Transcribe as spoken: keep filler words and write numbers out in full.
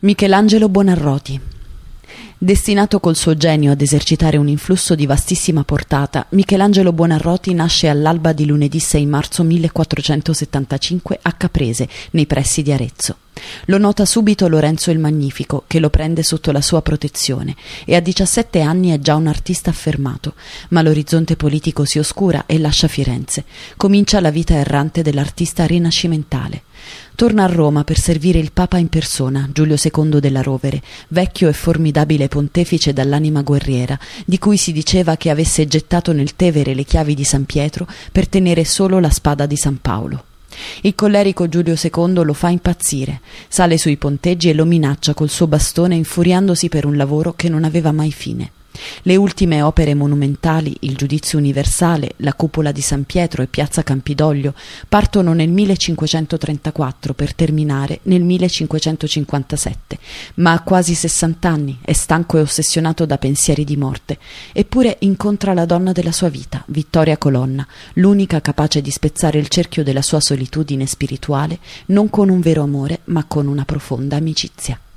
Michelangelo Buonarroti. Destinato col suo genio ad esercitare un influsso di vastissima portata, Michelangelo Buonarroti nasce all'alba di lunedì sei marzo millequattrocentosettantacinque a Caprese, nei pressi di Arezzo. Lo nota subito Lorenzo il Magnifico, che lo prende sotto la sua protezione, e a diciassette anni è già un artista affermato, ma l'orizzonte politico si oscura e lascia Firenze. Comincia la vita errante dell'artista rinascimentale. Torna a Roma per servire il Papa in persona, Giulio secondo della Rovere, vecchio e formidabile pontefice dall'anima guerriera, di cui si diceva che avesse gettato nel Tevere le chiavi di San Pietro per tenere solo la spada di San Paolo. Il collerico Giulio secondo lo fa impazzire, sale sui ponteggi e lo minaccia col suo bastone, infuriandosi per un lavoro che non aveva mai fine. Le ultime opere monumentali, il Giudizio Universale, la Cupola di San Pietro e Piazza Campidoglio, partono nel millecinquecentotrentaquattro per terminare nel millecinquecentocinquantasette, ma a quasi sessant'anni è stanco e ossessionato da pensieri di morte. Eppure incontra la donna della sua vita, Vittoria Colonna, l'unica capace di spezzare il cerchio della sua solitudine spirituale, non con un vero amore, ma con una profonda amicizia.